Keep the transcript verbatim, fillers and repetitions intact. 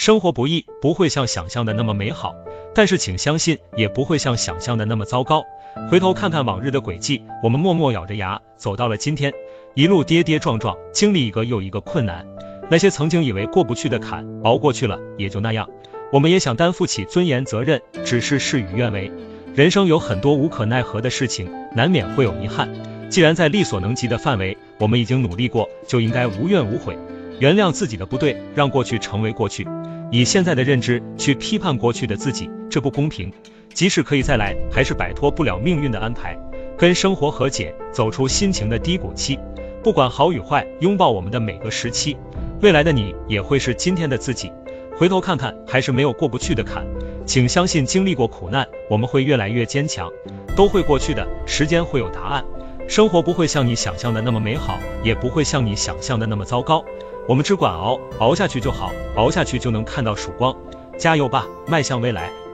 生活不易，不会像想象的那么美好，但是请相信，也不会像想象的那么糟糕。回头看看往日的轨迹，我们默默咬着牙走到了今天，一路跌跌撞撞，经历一个又一个困难。那些曾经以为过不去的坎，熬过去了也就那样。我们也想担负起尊严责任，只是事与愿违。人生有很多无可奈何的事情，难免会有遗憾。既然在力所能及的范围，我们已经努力过，就应该无怨无悔，原谅自己的不对，让过去成为过去。以现在的认知去批判过去的自己，这不公平。即使可以再来，还是摆脱不了命运的安排。跟生活和解，走出心情的低谷期。不管好与坏，拥抱我们的每个时期。未来的你也会是今天的自己。回头看看，还是没有过不去的坎。请相信，经历过苦难，我们会越来越坚强。都会过去的，时间会有答案。生活不会像你想象的那么美好，也不会像你想象的那么糟糕。我们只管熬，熬下去就好，熬下去就能看到曙光。加油吧，迈向未来。